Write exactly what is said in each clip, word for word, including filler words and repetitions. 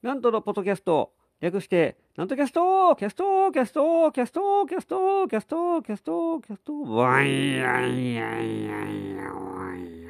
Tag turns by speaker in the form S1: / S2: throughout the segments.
S1: なんとのポッドキャスト、略して、なんとキャストキャストキャストキャストキャストキャストキャストキャストワイヤイヤイヤイヤワイヤイヤ。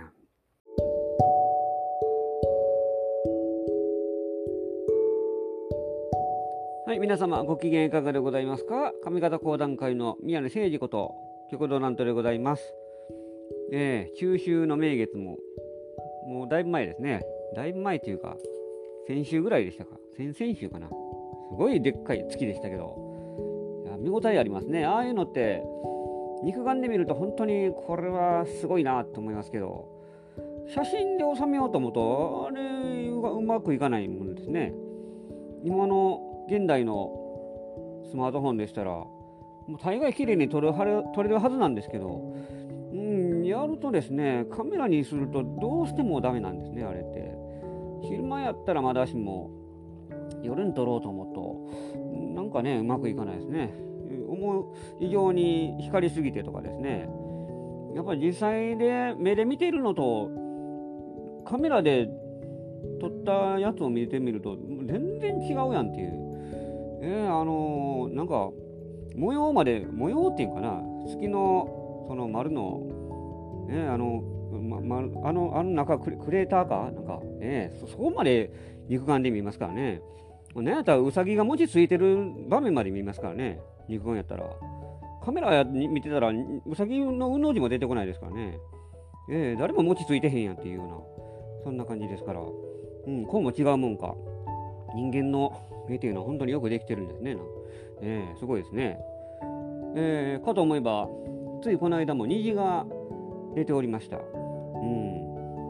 S1: はい、皆様ご機嫌いかがでございますか。上方講談会の宮根誠二こと極道なんとでございます。えー、中秋の名月ももうだいぶ前ですね。だいぶ前というか先週ぐらいでしたか、先々週かな。すごいでっかい月でしたけど、いや見応えありますね。ああいうのって肉眼で見ると本当にこれはすごいなと思いますけど、写真で収めようと思うとあれがうまくいかないものですね。今の現代のスマートフォンでしたらもう大概綺麗に撮れる、撮れるはずなんですけど、うん、やるとですね、カメラにするとどうしてもダメなんですね。あれって昼間やったらまだしも夜に撮ろうと思うとなんかねうまくいかないですね。思う以上に光りすぎてとかですね、やっぱり実際で目で見ているのとカメラで撮ったやつを見てみると全然違うやんっていう、えー、あのー、なんか模様まで模様っていうかな、月のその丸の、ね、あのまま、あのあの中クレ、クレーターかなんか、ね、そ, そこまで肉眼で見ますからね。なんやったらウサギが餅ついてる場面まで見ますからね、肉眼やったら。カメラや見てたらウサギのうの字も出てこないですからね、えー、誰も餅ついてへんやんっていうようなそんな感じですから、うん、こうも違うもんか。人間の目というのは本当によくできてるんですね。えー、すごいですね。えー、かと思えばついこの間も虹が出ておりました。うん、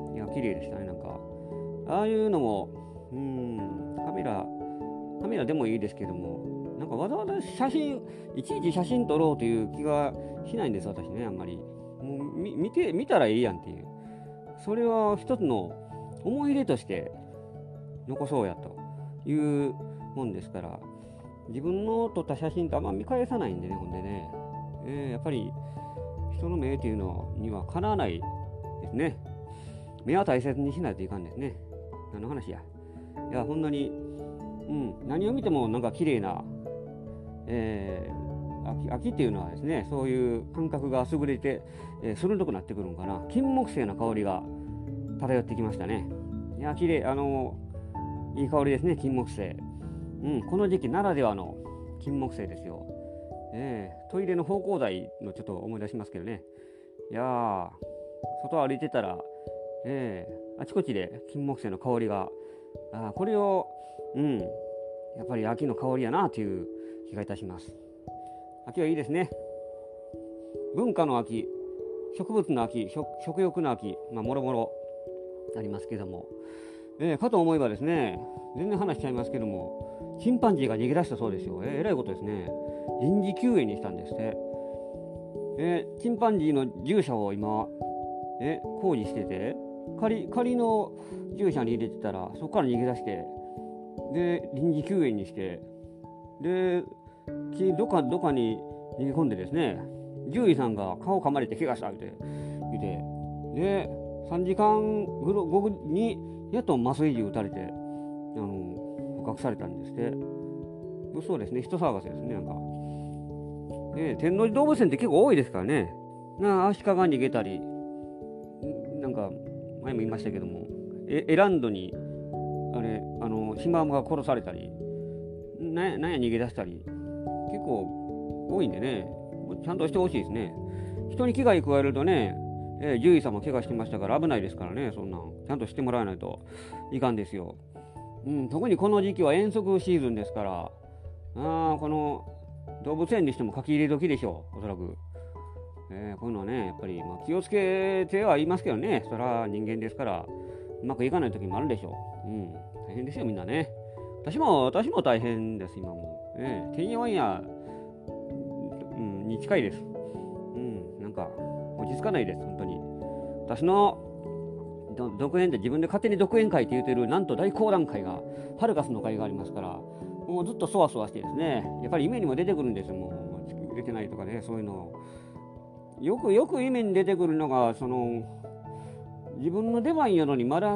S1: いや綺麗でしたね。なんかああいうのも、うん、カメラカメラでもいいですけども、なんかわざわざ写真いちいち写真撮ろうという気がしないんです私ね。あんまりもう見見て見たらいいやんっていう、それは一つの思い出として残そうやというもんですから、自分の撮った写真とあんま見返さないんでね。ほんでね、えー、やっぱり人の目っていうのにはかなわないですね。目は大切にしないといかんですね。何の話や。いや本当に、うん、何を見てもなんか綺麗な、えー、秋, 秋っていうのはですね、そういう感覚が優れて、えー、鋭くなってくるのかな。金木犀の香りが漂ってきましたね。いや綺麗、あのいい香りですね、金木犀。うん、この時期ならではの金木犀ですよ。えー、トイレの芳香剤のちょっと思い出しますけどね。いやー、外歩いてたら、えー、あちこちで金木犀の香りが、あこれを、うん、やっぱり秋の香りやなという気がいたします。秋はいいですね。文化の秋、植物の秋、食, 食欲の秋、まあもろもろありますけども、えー、かと思えばですね、全然話しちゃいますけども、チンパンジーが逃げ出したそうですよ。えー、えらいことですね。臨時休園にしたんですって。えー、チンパンジーの獣舎を今、えー、工事してて、仮、仮の獣舎に入れてたら、そこから逃げ出して、で、臨時休園にして、で、どっか、どっかに逃げ込んでですね、獣医さんが顔噛まれて怪我したって言って、で、さんじかんごにやっと麻酔銃撃たれて、あの、捕獲されたんですって。そうですね、人騒がせですね、なんか。ね、天王寺動物園って結構多いですからね。なアシカが逃げたり、なんか前も言いましたけども、エ, エランドにあれあのシマウマが殺されたり、ななんや逃げ出したり、結構多いんでね、ちゃんとしてほしいですね。人に危害加えるとね、えー、獣医さんも怪我してましたから危ないですからね。そんなんちゃんとしてもらわないといかんですよ。うん、特にこの時期は遠足シーズンですから、あこの動物園にしても書き入れ時でしょう、おそらく。えー、こういうのはね、やっぱり、まあ、気をつけては言いますけどね、それは人間ですから、うまくいかない時もあるでしょう。うん、大変ですよ、みんなね。私も、私も大変です、今も。えー、てんやわんや、うん、に近いです。うん、なんか、落ち着かないです、本当に。私の独演で自分で勝手に独演会って言うてる、なんと大講談会が、ハルカスの会がありますから、もうずっとそわそわしてですね、やっぱり夢にも出てくるんですよ。もう出てないとかね、そういうのよくよく夢に出てくるのが、その自分の出番やのにまだ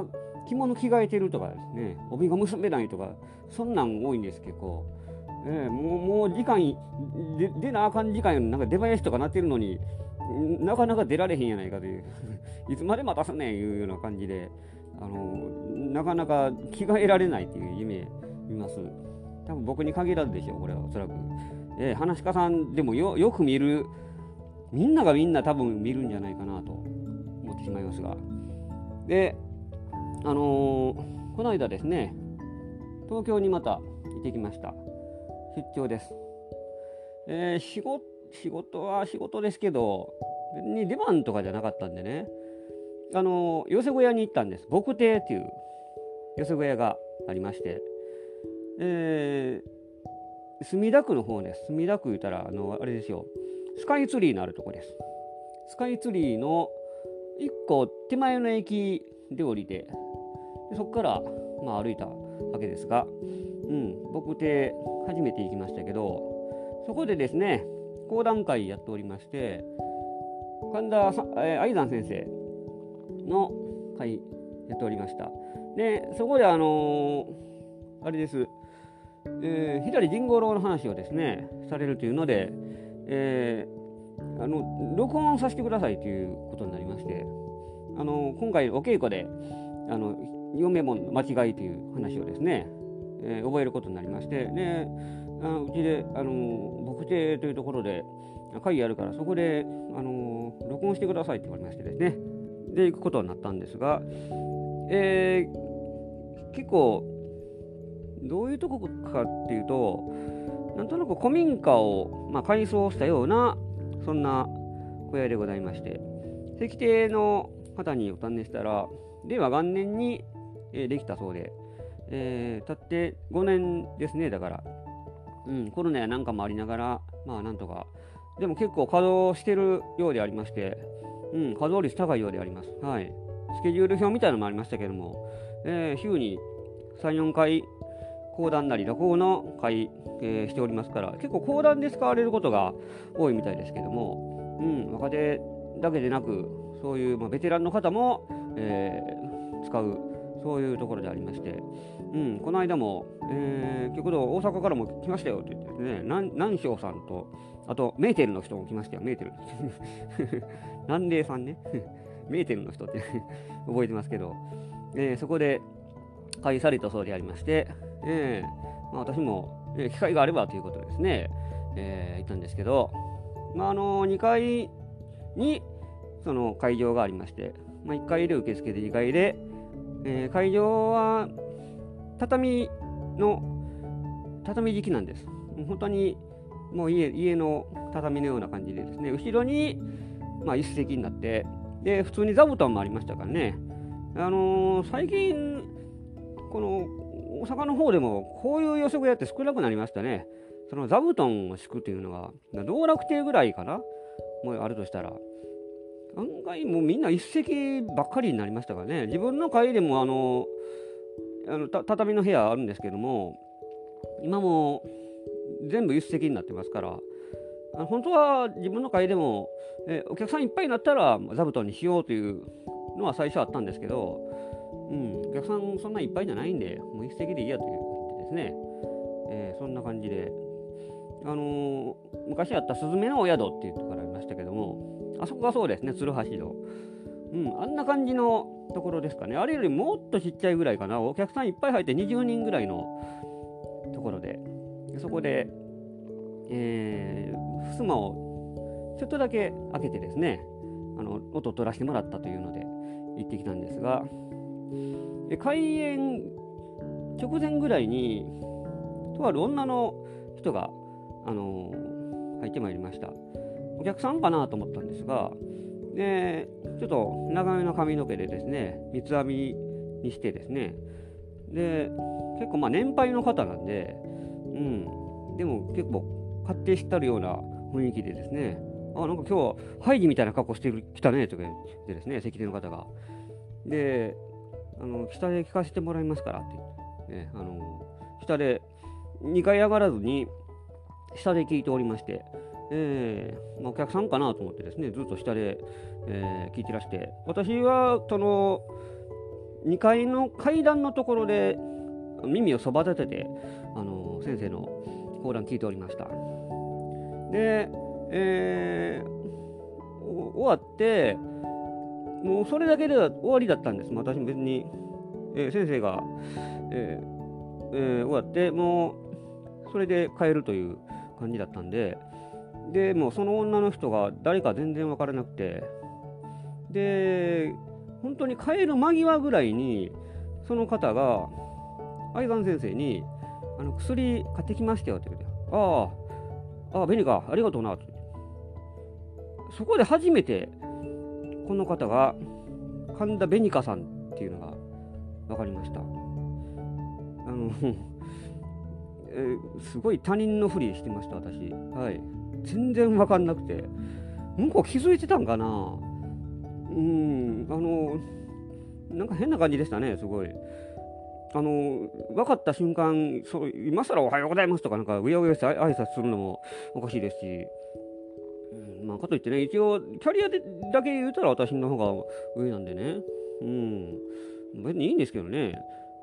S1: 着物着替えてるとかですね、帯が結べないとか、そんなん多いんですけど、えー、もうもう時間で出なあかん時間よりなんか出囃子とかなってるのになかなか出られへんやないかといういつまで待たすねんいうような感じで、あのなかなか着替えられないという夢見ます。多分僕に限らずでしょう、これはおそらく。えー、話し家さんでも よ, よく見る、みんながみんな多分見るんじゃないかなと思ってしまいますが。で、あのー、この間ですね、東京にまた行ってきました。出張です。えー、仕事、仕事は仕事ですけど、別に出番とかじゃなかったんでね、あのー、寄せ小屋に行ったんです。牧亭っていう寄せ小屋がありまして、えー、墨田区の方です。墨田区言ったら、あの、あれですよ、スカイツリーのあるとこです。スカイツリーのいっこ手前の駅で降りて、でそこから、まあ、歩いたわけですが、うん、僕って初めて行きましたけど、そこでですね、講談会やっておりまして、神田さ、えー、愛山先生の会やっておりました。で、そこであのー、あれです、えー、左甚五郎の話をですね、されるというので、えー、あの録音させてくださいということになりまして、あの今回お稽古であの読め物の間違いという話をですね、えー、覚えることになりまして、であのうちであの牧亭というところで会やるから、そこであの録音してくださいって言われましてですね、で行くことになったんですが、えー、結構どういうとこかっていうと、なんとなく古民家を、まあ、改装したようなそんな小屋でございまして、石庭の方にお尋ねしたら、令和元年に、えー、できたそうで、えー、たってごねんですね。だから、うん、コロナやなんかもありながら、まあなんとか、でも結構稼働してるようでありまして、うん、稼働率高いようであります。はい。スケジュール表みたいなのもありましたけども、えー、週にさん、よんかい講談なり落語の会、えー、しておりますから、結構講談で使われることが多いみたいですけども、うん、若手だけでなく、そういう、まあ、ベテランの方も、えー、使う、そういうところでありまして、うん、この間も、えー、結構大阪からも来ましたよって言ってですね、南南昌さんと、あとメーテルの人も来ましたよ、メーテル。南霊さんね、メーテルの人って覚えてますけど、えー、そこで会されたそうでありまして、えーまあ、私も、えー、機会があればということですね、えー、行ったんですけど、まあ、あのにかいにその会場がありまして、まあ、いっかいで受付でにかいで、えー、会場は畳の畳敷きなんです。本当にもう 家, 家の畳のような感じでですね、後ろに、まあ、一席になって、で普通に座布団もありましたからね、あのー、最近この大阪の方でもこういう寄せ小屋って少なくなりましたね。その座布団を敷くというのが道楽亭ぐらいかな、もうあるとしたら、案外もうみんな一席ばっかりになりましたからね。自分の会でもあのあのた畳の部屋あるんですけども、今も全部一席になってますから、あの本当は自分の会でも、えお客さんいっぱいになったら座布団にしようというのは最初あったんですけど、うん、お客さんそんないっぱいじゃないんで、もう一席でいいやということですね、えー、そんな感じで、あのー、昔あったスズメのお宿っていうところがありましたけども、あそこがそうですね、鶴橋戸、うん、あんな感じのところですかね。あれよりもっとちっちゃいぐらいかな。お客さんいっぱい入ってにじゅうにんぐらいのところで、そこで、えー、襖をちょっとだけ開けてですね、あの音を取らせてもらったというので行ってきたんですが、開演直前ぐらいにとある女の人が、あのー、入ってまいりました。お客さんかなと思ったんですが、でちょっと長めの髪の毛でですね、三つ編みにしてですね、で結構まあ年配の方なんで、うん、でも結構勝手知ったるような雰囲気でですね、あ、なんか今日ハイジみたいな格好してきたねとか言ってですね、石庭の方が、であの下で聞かせてもらいますからって言って、ね、あの下でにかい上がらずに下で聞いておりまして、えーまあ、お客さんかなと思ってですね、ずっと下で、えー、聞いてらして、私はそのにかいの階段のところで耳をそば立てて、あの先生の講談聞いておりました。で、えー、終わってもうそれだけでは終わりだったんです。私も別に、えー、先生が、えーえー、終わってもうそれで帰るという感じだったんで、でもうその女の人が誰か全然分からなくて、で本当に帰る間際ぐらいにその方が愛山先生にあの薬買ってきましたよって言って、ああ、ああ、紅か、ありがとうなって。そこで初めてこの方が神田紅香さんっていうのが分かりました。あの、えー、すごい他人のふりしてました私。はい。全然分かんなくて、向こう気づいてたんかな。うん、あのなんか変な感じでしたね、すごい。あの分かった瞬間、そう今更おはようございますとかなんかうやうやして挨拶するのもおかしいですし、うん、まあかといってね、一応キャリアでだけ言うたら私の方が上なんでね、うん、別にいいんですけどね。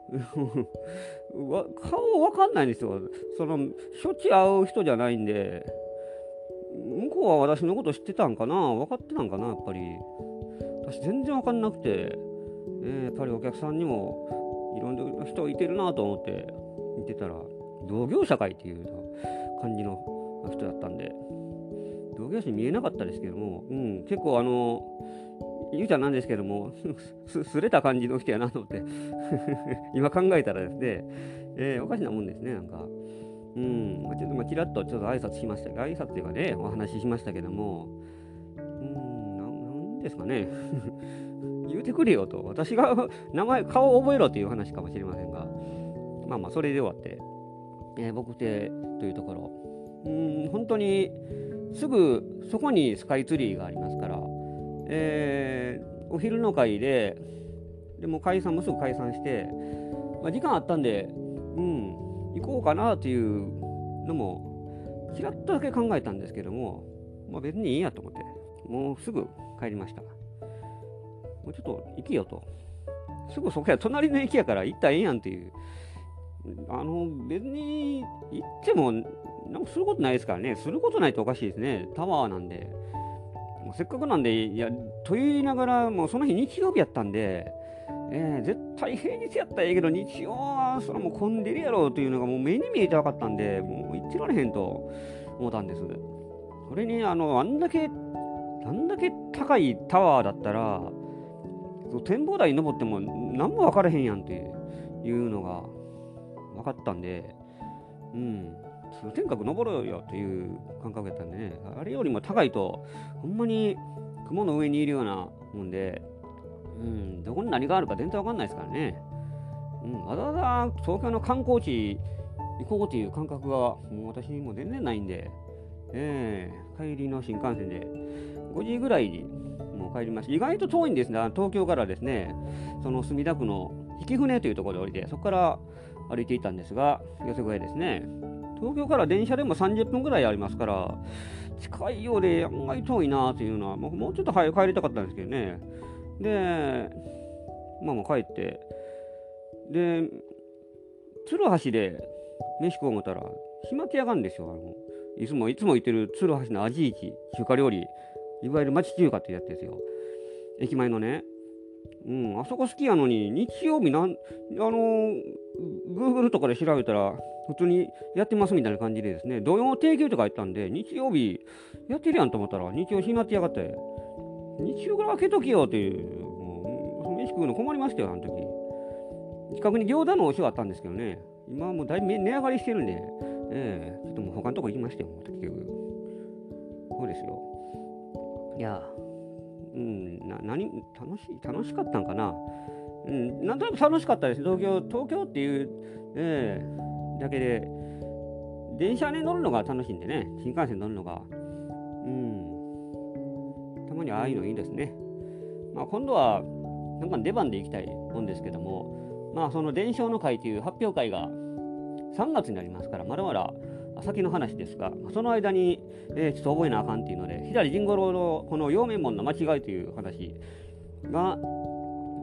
S1: わ顔わかんないんですよ。そのしょっちゅう会う人じゃないんで、向こうは私のこと知ってたんかな、分かってたんかな、やっぱり。私全然分かんなくて、ね、やっぱりお客さんにもいろんな人いてるなと思って見てたら、同業者会っていう感じの人だったんで、同業者に見えなかったですけども、うん、結構あのゆうちゃんなんですけどもす, すれた感じの人やなと思って今考えたらですね、えー、おかしなもんですね、なんか。うん、まあ、ちょっとまあちらっとちょっと挨拶しました挨拶というかね、お話ししましたけども、うん、ななんですかね言うてくれよと、私が名前顔を覚えろという話かもしれませんが、まあまあそれで終わって、えー、僕邸というところ、うん、本当にすぐそこにスカイツリーがありますから、えー、お昼の会ででも解散もすぐ解散して、まあ、時間あったんで、うん、行こうかなというのもちらっとだけ考えたんですけども、まあ、別にいいやと思ってもうすぐ帰りました。もうちょっと行きよと、すぐそこや隣の駅やから行ったらええやんっていう、あの別に行ってもなんかすることないですからね。することないとおかしいですね、タワーなんで。もうせっかくなんで、いやと言いながらもうその日日曜日やったんで、えー、絶対平日やったらええけど日曜はそれも混んでるやろというのがもう目に見えて分かったんで、もう行ってられへんと思ったんです。それにあのあんだけあんだけ高いタワーだったら展望台に登っても何も分からへんやんっていうのが分かったんで、うん、通天閣登ろうよという感覚やったんでね、あれよりも高いとほんまに雲の上にいるようなもんで、うん、どこに何があるか全然わかんないですからね。うん、わざわざ東京の観光地行こうという感覚がもう私も全然ないんで、えー、帰りの新幹線でごじぐらいにもう帰りました。意外と遠いんですね。東京からですね、その墨田区の曳舟というところで降りて、そこから歩いていたんですが、寄せ小屋ですね。東京から電車でもさんじゅっぷんぐらいありますから、近いようで案外遠いなというのは、もう、もうちょっと早く帰りたかったんですけどね。で、まあまあ帰って、で、鶴橋で飯食おう思ったら、閉まってやがんですよ。あのいつもいつも行ってる鶴橋の味市、中華料理、いわゆる町中華っていうやつですよ。駅前のね。うん、あそこ好きやのに、日曜日なん、あのー、Google とかで調べたら、普通にやってますみたいな感じでですね、土曜定休とか言ったんで、日曜日やってるやんと思ったら、日曜閉まってやがって、日曜から開けときよっていう、もう飯食うの困りましたよ、あの時。近くに餃子のお塩あったんですけどね、今はもうだいぶ値上がりしてるんで、えー、ちょっともう他のとこ行きましたよ、結局。そうですよ。いや、うん、な何楽しい楽しかったんかな。うん、なんとなく楽しかったです。東京、東京っていう、えー、だけで、電車に乗るのが楽しいんでね、新幹線乗るのが。うん、たまにああいうのいいですね。まあ、今度は、なんか出番で行きたいもんですけども、まあ、その伝承の会という発表会がさんがつになりますから、まだまだ先の話ですが、その間に、えー、ちょっと覚えなあかんっていうので、左甚五郎のこの陽明門の間違いという話が、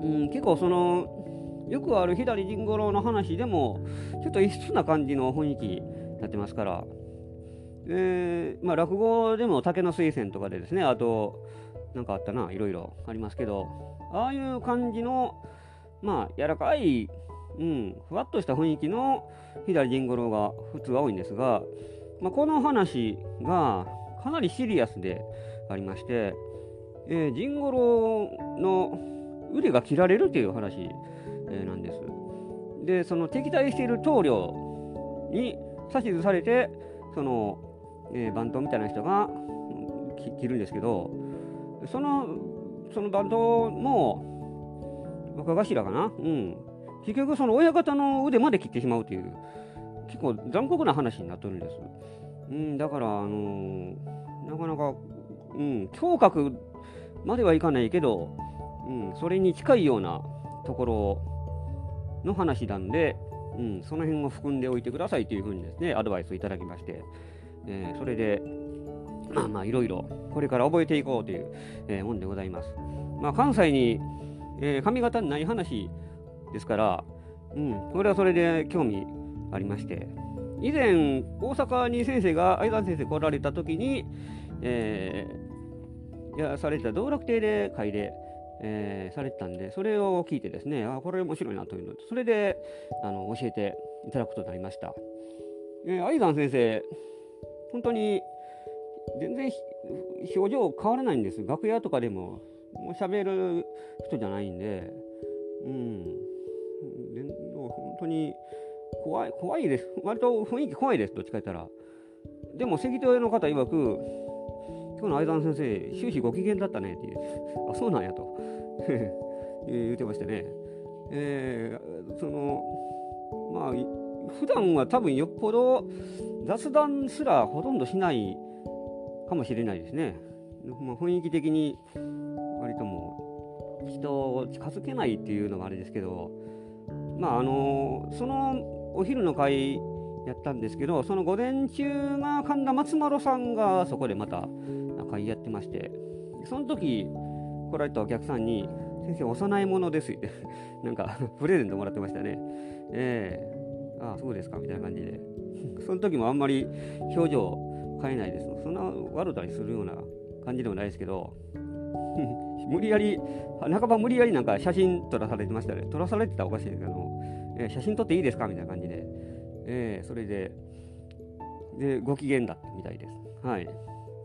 S1: うん、結構そのよくある左甚五郎の話でもちょっと異質な感じの雰囲気になってますから、えーまあ、落語でも竹の水仙とかでですね、あとなんかあったな、いろいろありますけど、ああいう感じのまあ柔らかい、うん、ふわっとした雰囲気の左甚五郎が普通は多いんですが、まあ、この話がかなりシリアスでありまして、えー、甚五郎の腕が切られるという話、えー、なんです。で、その敵対している棟梁に指図されて、その、えー、番頭みたいな人が、うん、切るんですけど、そのその番頭も若頭かな、うん、結局その親方の腕まで切ってしまうという結構残酷な話になってるんです。うん、だから、あのー、なかなか、うん、胸郭まではいかないけど、うん、それに近いようなところの話なんで、うん、その辺を含んでおいてくださいというふうにですね、アドバイスをいただきまして、えー、それで、まあまあいろいろこれから覚えていこうという、えー、もんでございます。まあ、関西に、えー、上方にない話ですから、うん、これはそれで興味ありまして、以前大阪に先生が相田先生来られた時に、えー、やされた道楽亭で会で、えー、されてたんで、それを聞いてですね、あこれ面白いなというので、それであの教えていただくことになりました。えー、相田先生本当に全然表情変わらないんです。楽屋とかでももう喋る人じゃないんで、うん、で本当に怖い怖いです。割と雰囲気怖いです。どっちか言ったら。でも関戸の方曰く、今日の相田先生終始ご機嫌だったねって言う、あそうなんやと言ってましたね。えー、そのまあ普段は多分よっぽど雑談すらほとんどしないかもしれないですね。まあ、雰囲気的に割ともう人を近づけないっていうのがあれですけど、まああのそのお昼の会やったんですけど、その午前中が神田松丸さんがそこでまた会やってまして、その時来られたお客さんに先生お供え物ですってなんかプレゼントもらってましたね。ええー、ああそうですかみたいな感じでその時もあんまり表情変えないです。そんな悪だりするような感じでもないですけど無理やり半ば無理やりなんか写真撮らされてましたね。撮らされてたらおかしいですけど、えー、写真撮っていいですかみたいな感じで、えー、それででご機嫌だったみたいです。はい。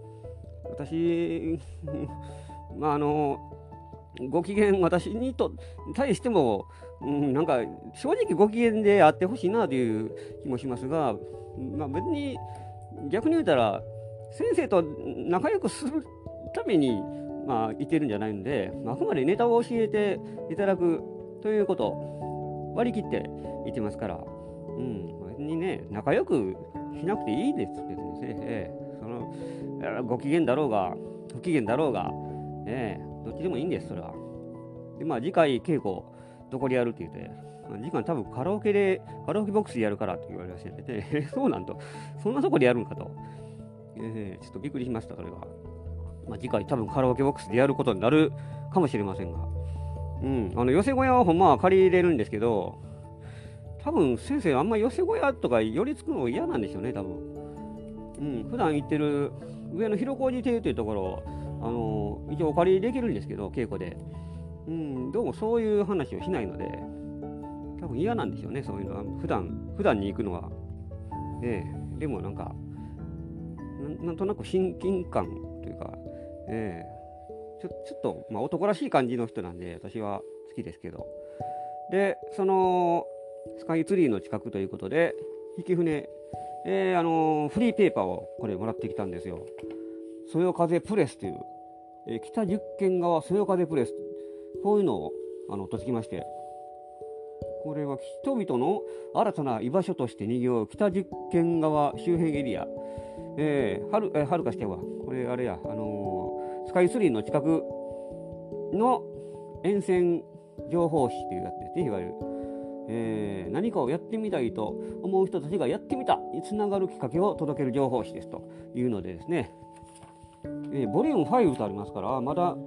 S1: 私まああのご機嫌私にと対しても、うん、なんか正直ご機嫌であってほしいなという気もしますが、まあ、別に逆に言うたら先生と仲良くするためにまあ言ってるんじゃないので、あくまでネタを教えていただくということを割り切って言ってますから、うん、別にね仲良くしなくていいです別にですね、ええ、そのご機嫌だろうが不機嫌だろうが、ええ、どっちでもいいんですそれは。でまあ次回稽古どこでやるって言って、次回多分カラオケでカラオケボックスでやるからって言われましててそうなんとそんなとこでやるんかと、ええ、ちょっとびっくりしましたそれは。まあ、次回多分カラオケボックスでやることになるかもしれませんが、うん、あの寄せ小屋はほんまは借りれるんですけど、多分先生あんま寄せ小屋とか寄りつくの嫌なんでしょうね多分。うん、普段行ってる上の広小路亭というところ、あの一応お借りできるんですけど稽古で、うん、どうもそういう話をしないので多分嫌なんでしょうねそういうのは普段普段に行くのは。ええ、でもなんか な, なんとなく親近感というか、ええ、ちょちょっと、まあ、男らしい感じの人なんで私は好きですけど、でそのスカイツリーの近くということで引き船、えーあのー、フリーペーパーをこれもらってきたんですよ。そよ風プレスという、えー、北十軒川そよ風プレス、こういうのをあのとつきまして、これは人々の新たな居場所として賑わう北十軒川周辺エリア、えー、はる、えー、はるかしてはこれあれや、あのー、スカイツリーの近くの沿線情報誌というやつですね、いわゆる、えー、何かをやってみたいと思う人たちがやってみたにつながるきっかけを届ける情報誌ですというのでですね、えー、ボリュームファイブとありますから、まだ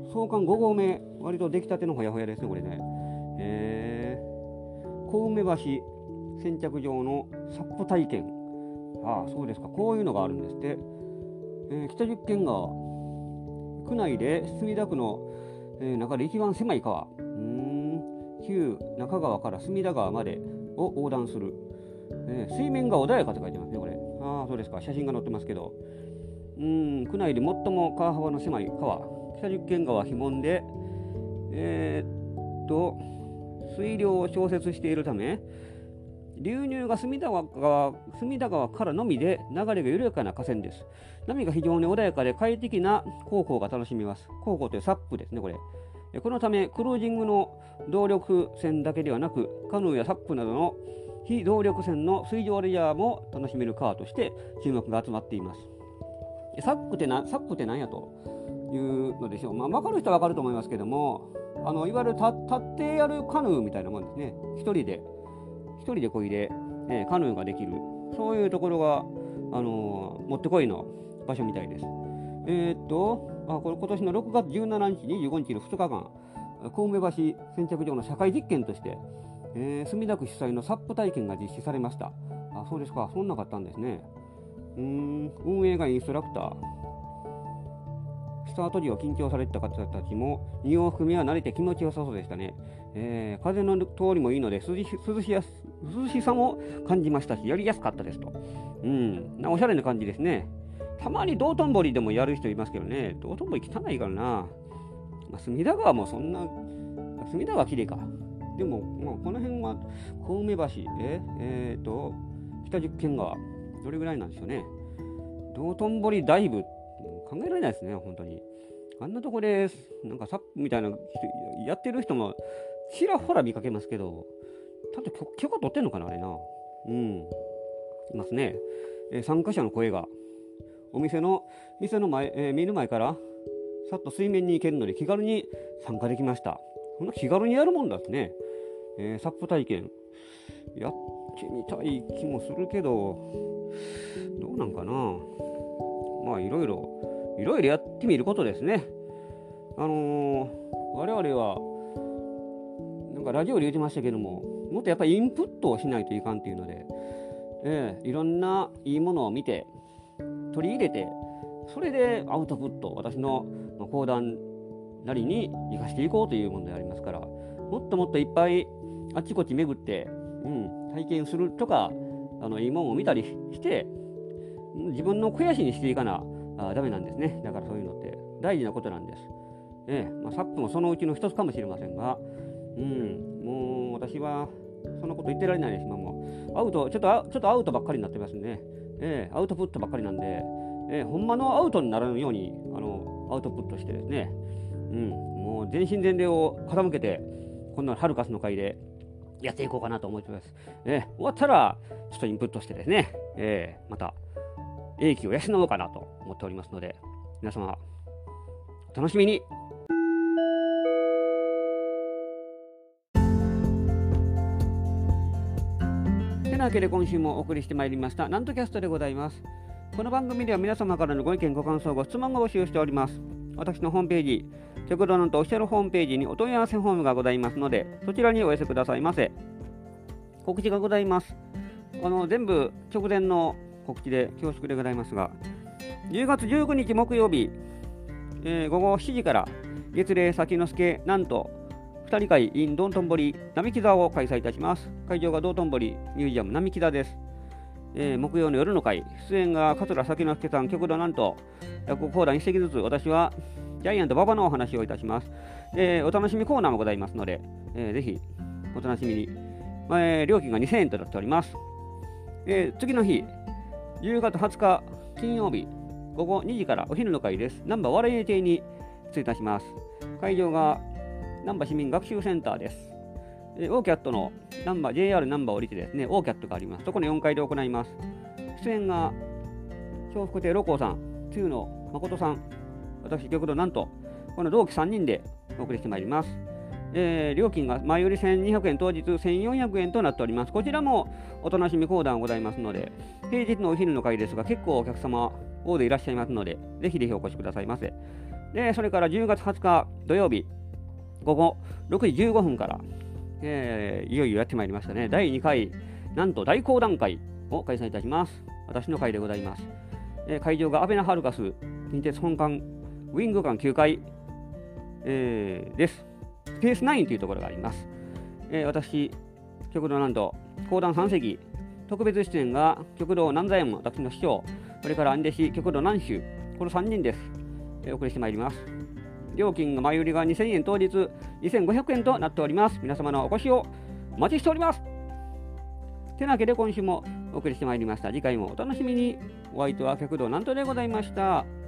S1: 創刊ごごうめ、割と出来たてのほやほやですね、これね。えー、小梅橋先着場のサップ体験。ああ、そうですか。こういうのがあるんですって。えー、北十間川。区内で墨田区の、えー、中で一番狭い川。うーん。旧中川から墨田川までを横断する。えー、水面が穏やかって書いてますね、これ。ああ、そうですか。写真が載ってますけど。うーん。区内で最も川幅の狭い川。北十間川肥門で、えー、っと、水量を調節しているため、流入が隅田川、隅田川からのみで流れが緩やかな河川です。波が非常に穏やかで快適な航行が楽しめます。航行というサップですね、これ。このため、クルージングの動力船だけではなく、カヌーやサップなどの非動力船の水上レジャーも楽しめる川として注目が集まっています。サップってな、サップって何やというのでしょう。まあ、分かる人は分かると思いますけども、あのいわゆる立ってやるカヌーみたいなもんですね。一人で。一人でこいで、えー、カヌーができる、そういうところが、あのー、もってこいの場所みたいです。えー、っとあこれ今年のろくがつじゅうしちにち、にじゅうごにちのふつかかん、小梅橋先着場の社会実験として、えー、墨田区主催のサップ体験が実施されました。あ、そうですか。そんなかったんですね。うーん運営がインストラクター。スタート時は緊張されてた方たちもに往復目は慣れて気持ちよさそうでしたね。えー、風の通りもいいので涼し涼しやす涼しさも感じましたし、やりやすかったですと。うん、おしゃれな感じですね。たまに道頓堀でもやる人いますけどね、道頓堀汚いからな。まあ、隅田川もそんな、隅田川綺麗か。でも、まあ、この辺は小梅橋、ええー、と北十間川、どれぐらいなんでしょうね。道頓堀ダイブ、考えられないですね、本当に。あんなとこで、なんかサップみたいなやってる人もちらほら見かけますけど、ちゃんと許可取ってんのかな、あれな。うん。いますね。えー、参加者の声が、お店の、店の前、えー、見る前から、さっと水面に行けるので気軽に参加できました。こんな気軽にやるもんだですね。えー、サップ体験。やってみたい気もするけど、どうなんかな。まあ、いろいろ、いろいろやってみることですね。あのー、我々はなんかラジオで言ってましたけども、もっとやっぱりインプットをしないといかんっていうので、えー、いろんないいものを見て取り入れて、それでアウトプット、私の講談なりに生かしていこうというものでありますから、もっともっといっぱいあっちこっち巡って、うん、体験するとか、あのいいものを見たりして自分の肥やしにしていかなあダメなんですね。だからそういうのって大事なことなんです。ええまあ、サップもそのうちの一つかもしれませんが、うん、もう私はそんなこと言ってられないです。今もアウトちょっとちょっとアウトばっかりになってますね。ええアウトプットばっかりなんで、ええほんまのアウトにならぬようにあのアウトプットしてですね、うん、もう全身全霊を傾けてこんなハルカスの会でやっていこうかなと思ってます。ええ終わったらちょっとインプットしてですね、ええまた英気を養おうかなと思っておりますので、皆様お楽しみに。てなわけで今週もお送りしてまいりましたなんとキャストでございます。この番組では皆様からのご意見ご感想ご質問を募集しております。私のホームページ極道のとオフィシャルホームページにお問い合わせフォームがございますので、そちらにお寄せくださいませ。告知がございます。あの全部直前の告知で恐縮でございますが、じゅうがつじゅうくにち木曜日、えー、ごごしちじから月齢先之助なんとふたり会 in 道頓堀並木座を開催いたします。会場が道頓堀ミュージアム並木座です。えー、木曜の夜の会、出演が桂先之助さん、極度なんと落語講談一席ずつ、私はジャイアント馬場のお話をいたします。えー、お楽しみコーナーもございますので、えー、ぜひお楽しみに。まあえー、料金がにせんえんとなっております。えー、次の日じゅうがつはつか金曜日ごごにじからお昼の会です。難波笑い亭に出演いたします。会場が難波市民学習センターです。えー、オーキャットの難波 ジェイアール 難波降りてですね、オーキャットがあります。そこのよんかいで行います。出演が笑福亭六甲さん、露野誠さん、私極度なんとこの同期さんにんでお送りしてまいります。えー、料金が前よりせんにひゃくえん、当日せんよんひゃくえんとなっております。こちらもお楽しみ講談ございますので、平日のお昼の会ですが結構お客様大勢いらっしゃいますので、ぜひぜひお越しくださいませ。 で、それからじゅうがつはつか土曜日、午後ろくじじゅうごふんから、えー、いよいよやってまいりましたね。だいにかい、なんと大講談会を開催いたします。私の会でございます。えー、会場がアベナハルカス近鉄本館ウィング館きゅうかい、えー、です。スペースナインというところがあります。えー、私、極道なんと講談さん席、特別出演が極道南左衛門、私の師匠、それから兄弟子極道南州、このさんにんです。えー、お送りしてまいります。料金が前売りがにせんえん、当日にせんごひゃくえんとなっております。皆様のお越しをお待ちしております。てなわけで今週もお送りしてまいりました。次回もお楽しみに。お相手は極道南都でございました。